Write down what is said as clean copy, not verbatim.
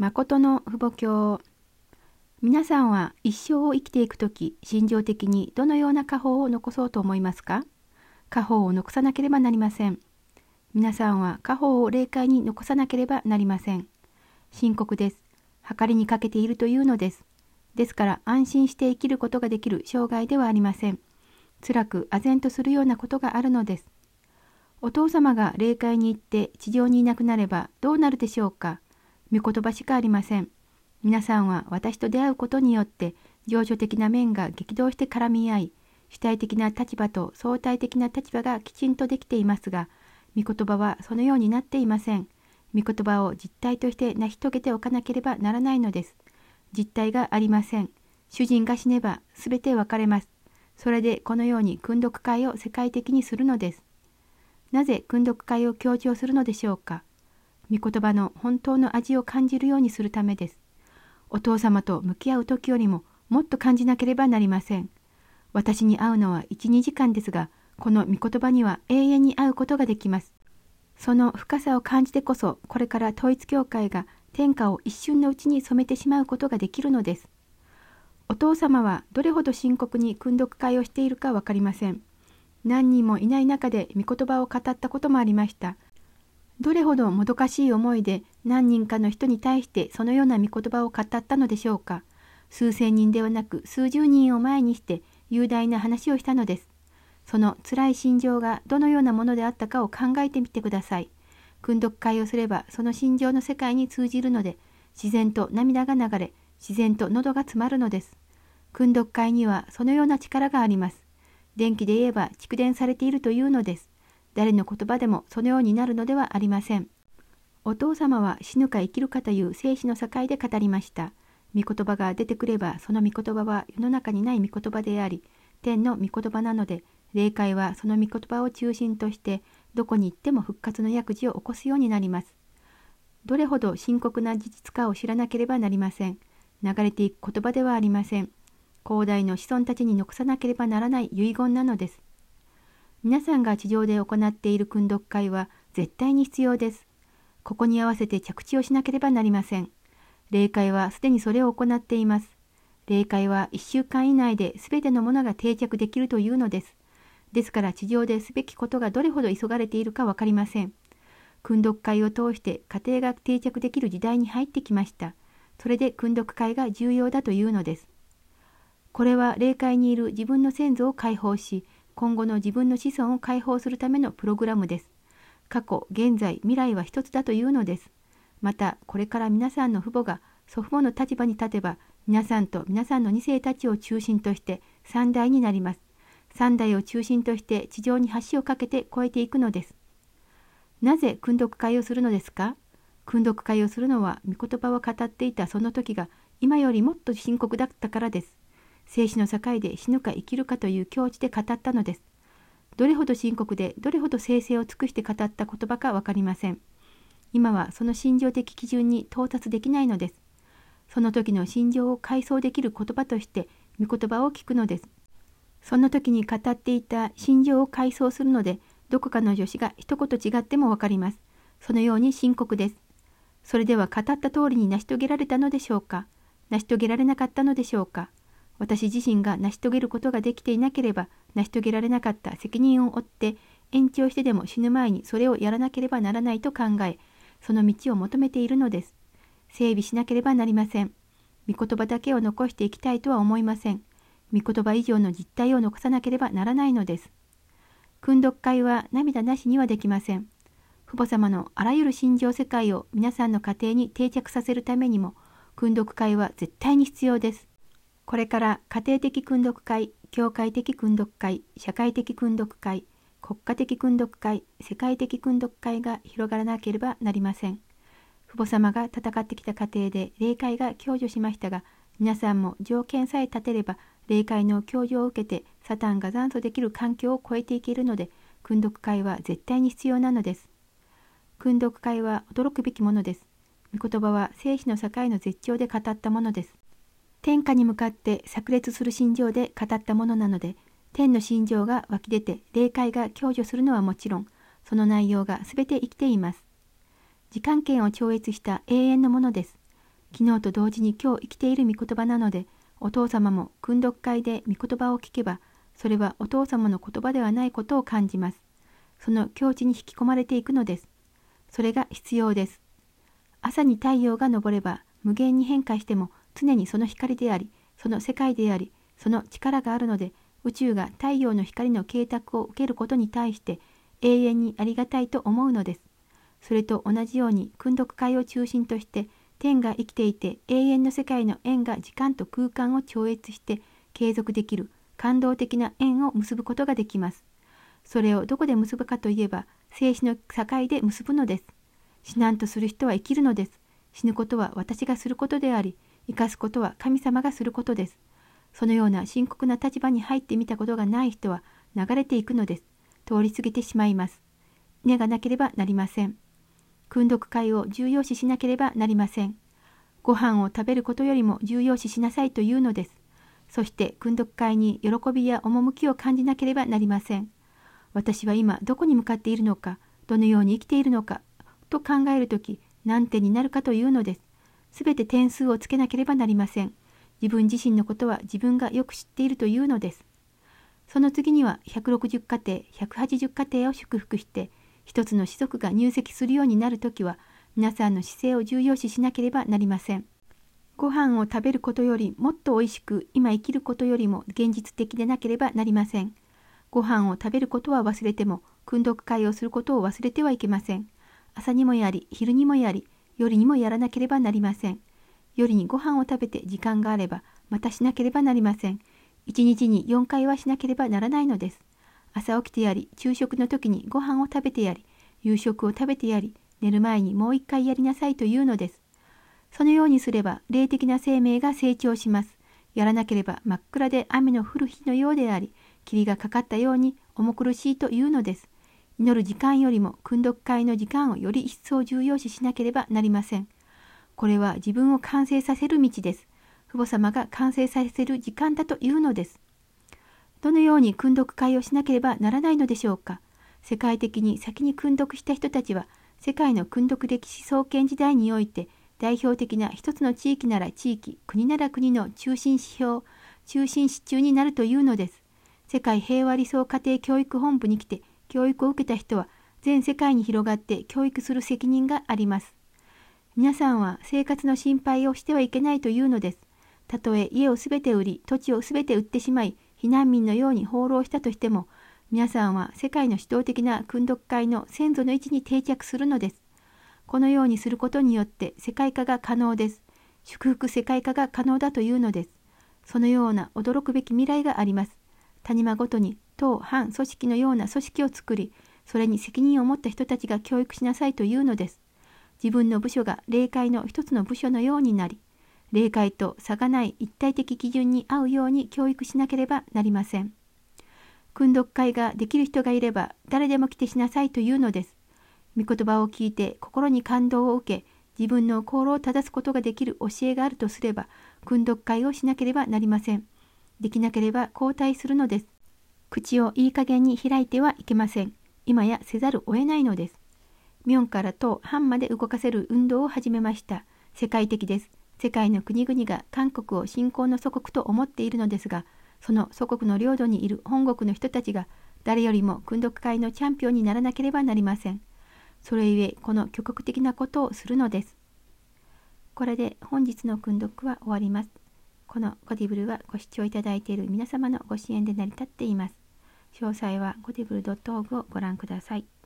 誠の父母教。皆さんは一生を生きていくとき、心情的にどのような果報を残そうと思いますか？果報を残さなければなりません。皆さんは果報を霊界に残さなければなりません。深刻です。計りにかけているというのです。ですから安心して生きることができる生涯ではありません。辛く唖然とするようなことがあるのです。お父様が霊界に行って地上にいなくなればどうなるでしょうか？御言葉しかありません。皆さんは私と出会うことによって情緒的な面が激動して絡み合い、主体的な立場と相対的な立場がきちんとできていますが、御言葉はそのようになっていません。御言葉を実体として成し遂げておかなければならないのです。実体がありません。主人が死ねばすべて別れます。それでこのように訓読会を世界的にするのです。なぜ訓読会を強調するのでしょうか？御言葉の本当の味を感じるようにするためです。お父様と向き合う時よりももっと感じなければなりません。私に会うのは1、2時間ですが、この御言葉には永遠に会うことができます。その深さを感じてこそ、これから統一教会が天下を一瞬のうちに染めてしまうことができるのです。お父様はどれほど深刻に訓読会をしているかわかりません。何人もいない中で御言葉を語ったこともありました。どれほどもどかしい思いで何人かの人に対してそのような御言葉を語ったのでしょうか。数千人ではなく数十人を前にして雄大な話をしたのです。その辛い心情がどのようなものであったかを考えてみてください。訓読会をすればその心情の世界に通じるので、自然と涙が流れ、自然と喉が詰まるのです。訓読会にはそのような力があります。電気で言えば蓄電されているというのです。誰の言葉でもそのようになるのではありません。お父様は死ぬか生きるかという生死の境で語りました。御言葉が出てくればその御言葉は世の中にない御言葉であり、天の御言葉なので、霊界はその御言葉を中心としてどこに行っても復活の躍事を起こすようになります。どれほど深刻な事実かを知らなければなりません。流れていく言葉ではありません。広大の子孫たちに残さなければならない遺言なのです。皆さんが地上で行っている訓読会は絶対に必要です。ここに合わせて着地をしなければなりません。霊界はすでにそれを行っています。霊界は1週間以内で全てのものが定着できるというのです。ですから地上ですべきことがどれほど急がれているかわかりません。訓読会を通して家庭が定着できる時代に入ってきました。それで訓読会が重要だというのです。これは霊界にいる自分の先祖を解放し、今後の自分の子孫を解放するためのプログラムです。過去、現在、未来は一つだというのです。また、これから皆さんの父母が祖父母の立場に立てば、皆さんと皆さんの二世たちを中心として三代になります。三代を中心として地上に橋を架けて越えていくのです。なぜ訓読会をするのですか？訓読会をするのは、御言葉を語っていたその時が今よりもっと深刻だったからです。生死の境で死ぬか生きるかという境地で語ったのです。どれほど深刻でどれほど精誠を尽くして語った言葉かわかりません。今はその心情的基準に到達できないのです。その時の心情を回想できる言葉として御言葉を聞くのです。その時に語っていた心情を回想するので、どこかの助詞が一言違ってもわかります。そのように深刻です。それでは語った通りに成し遂げられたのでしょうか？成し遂げられなかったのでしょうか？私自身が成し遂げることができていなければ、成し遂げられなかった責任を負って延長してでも死ぬ前にそれをやらなければならないと考え、その道を求めているのです。整備しなければなりません。御言葉だけを残していきたいとは思いません。御言葉以上の実態を残さなければならないのです。訓読会は涙なしにはできません。父母様のあらゆる心情世界を皆さんの家庭に定着させるためにも、訓読会は絶対に必要です。これから家庭的訓読会、教会的訓読会、社会的訓読会、国家的訓読会、世界的訓読会が広がらなければなりません。父母様が戦ってきた過程で霊界が享受しましたが、皆さんも条件さえ立てれば霊界の享受を受けてサタンが残存できる環境を超えていけるので、訓読会は絶対に必要なのです。訓読会は驚くべきものです。御言葉は生死の境の絶頂で語ったものです。天下に向かって炸裂する心情で語ったものなので、天の心情が湧き出て霊界が享受するのはもちろん、その内容がすべて生きています。時間圏を超越した永遠のものです。 昨日と同時に今日生きている御言葉なので、お父様も訓読会で御言葉を聞けば、それはお父様の言葉ではないことを感じます。その境地に引き込まれていくのです。それが必要です。朝に太陽が昇れば、無限に変化しても常にその光であり、その世界であり、その力があるので、宇宙が太陽の光の恵託を受けることに対して永遠にありがたいと思うのです。それと同じように、訓読会を中心として天が生きていて永遠の世界の縁が時間と空間を超越して継続できる感動的な縁を結ぶことができます。それをどこで結ぶかといえば、生死の境で結ぶのです。死なんとする人は生きるのです。死ぬことは私がすることであり、生かすことは神様がすることです。そのような深刻な立場に入ってみたことがない人は流れていくのです。通り過ぎてしまいます。根がなければなりません。訓読会を重要視しなければなりません。ご飯を食べることよりも重要視しなさいというのです。そして訓読会に喜びや趣を感じなければなりません。私は今どこに向かっているのか、どのように生きているのかと考えるとき、何点になるかというのです。すべて点数をつけなければなりません。自分自身のことは自分がよく知っているというのです。その次には160家庭、180家庭を祝福して、一つの子族が入籍するようになるときは、皆さんの姿勢を重要視しなければなりません。ご飯を食べることよりもっとおいしく、今生きることよりも現実的でなければなりません。ご飯を食べることは忘れても、訓読会をすることを忘れてはいけません。朝にもやり、昼にもやり、夜にもやらなければなりません。夜にご飯を食べて時間があれば、またしなければなりません。1日に4回はしなければならないのです。朝起きてやり、昼食の時にご飯を食べてやり、夕食を食べてやり、寝る前にもう1回やりなさいというのです。そのようにすれば、霊的な生命が成長します。やらなければ真っ暗で雨の降る日のようであり、霧がかかったように重苦しいというのです。祈る時間よりも訓読会の時間をより一層重要視しなければなりません。これは自分を完成させる道です。父母様が完成させる時間だというのです。どのように訓読会をしなければならないのでしょうか。世界的に先に訓読した人たちは、世界の訓読歴史創建時代において、代表的な一つの地域なら地域、国なら国の中心指標、中心支柱になるというのです。世界平和理想家庭教育本部に来て、教育を受けた人は、全世界に広がって教育する責任があります。皆さんは生活の心配をしてはいけないというのです。たとえ家をすべて売り、土地をすべて売ってしまい、避難民のように放浪したとしても、皆さんは世界の指導的な訓読会の先祖の位置に定着するのです。このようにすることによって世界化が可能です。祝福世界化が可能だというのです。そのような驚くべき未来があります。谷間ごとに党反組織のような組織を作り、それに責任を持った人たちが教育しなさいというのです。自分の部署が霊界の一つの部署のようになり、霊界と差がない一体的基準に合うように教育しなければなりません。訓読会ができる人がいれば誰でも来てしなさいというのです。御言葉を聞いて心に感動を受け、自分の行動を正すことができる教えがあるとすれば、訓読会をしなければなりません。できなければ後退するのです。口をいい加減に開いてはいけません。今やせざるを得ないのです。明から唐漢まで動かせる運動を始めました。世界的です。世界の国々が韓国を信仰の祖国と思っているのですが、その祖国の領土にいる本国の人たちが誰よりも訓読会のチャンピオンにならなければなりません。それゆえこの挙国的なことをするのです。これで本日の訓読は終わります。このゴディブルはご視聴いただいている皆様のご支援で成り立っています。詳細はゴディブル.orgをご覧ください。